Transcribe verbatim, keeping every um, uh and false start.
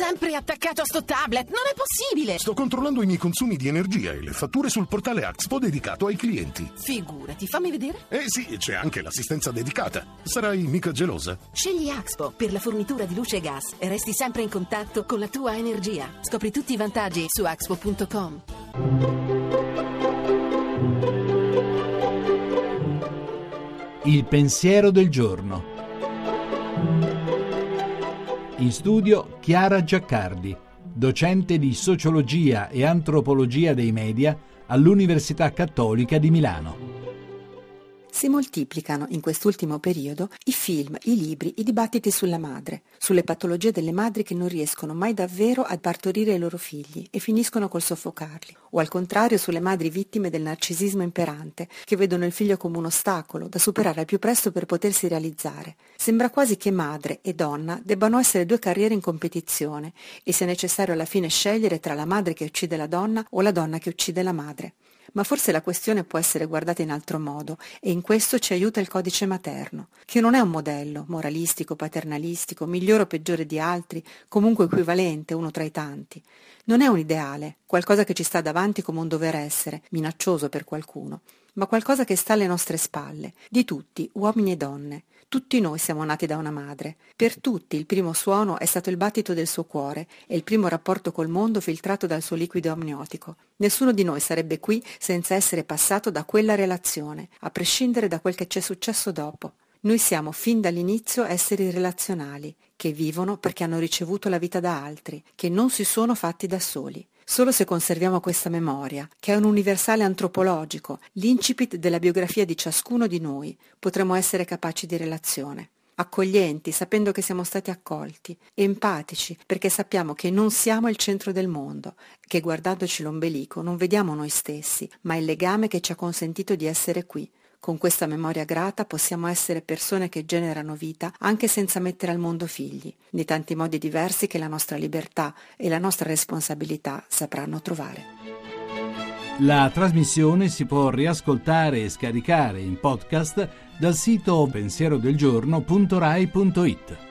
sempre attaccato a sto tablet, non è possibile! Sto controllando i miei consumi di energia e le fatture sul portale Axpo dedicato ai clienti. Figurati, fammi vedere. Eh sì, c'è anche l'assistenza dedicata. Sarai mica gelosa? Scegli Axpo per la fornitura di luce e gas e resti sempre in contatto con la tua energia. Scopri tutti i vantaggi su axpo punto com. Il pensiero del giorno. In studio Chiara Giaccardi, docente di sociologia e antropologia dei media all'Università Cattolica di Milano. Si moltiplicano in quest'ultimo periodo i film, i libri, i dibattiti sulla madre, sulle patologie delle madri che non riescono mai davvero a partorire i loro figli e finiscono col soffocarli, o al contrario sulle madri vittime del narcisismo imperante, che vedono il figlio come un ostacolo da superare al più presto per potersi realizzare. Sembra quasi che madre e donna debbano essere due carriere in competizione e sia necessario alla fine scegliere tra la madre che uccide la donna o la donna che uccide la madre. Ma forse la questione può essere guardata in altro modo e in questo ci aiuta il codice materno, che non è un modello moralistico, paternalistico, migliore o peggiore di altri, comunque equivalente, uno tra i tanti. Non è un ideale, qualcosa che ci sta davanti come un dover essere, minaccioso per qualcuno, ma qualcosa che sta alle nostre spalle, di tutti, uomini e donne. Tutti noi siamo nati da una madre. Per tutti il primo suono è stato il battito del suo cuore e il primo rapporto col mondo filtrato dal suo liquido amniotico. Nessuno di noi sarebbe qui senza essere passato da quella relazione, a prescindere da quel che c'è successo dopo. Noi siamo fin dall'inizio esseri relazionali, che vivono perché hanno ricevuto la vita da altri, che non si sono fatti da soli. Solo se conserviamo questa memoria, che è un universale antropologico, l'incipit della biografia di ciascuno di noi, potremo essere capaci di relazione. Accoglienti, sapendo che siamo stati accolti, empatici, perché sappiamo che non siamo il centro del mondo, che guardandoci l'ombelico non vediamo noi stessi, ma il legame che ci ha consentito di essere qui. Con questa memoria grata possiamo essere persone che generano vita anche senza mettere al mondo figli, nei tanti modi diversi che la nostra libertà e la nostra responsabilità sapranno trovare. La trasmissione si può riascoltare e scaricare in podcast dal sito pensierodelgiorno punto rai punto it.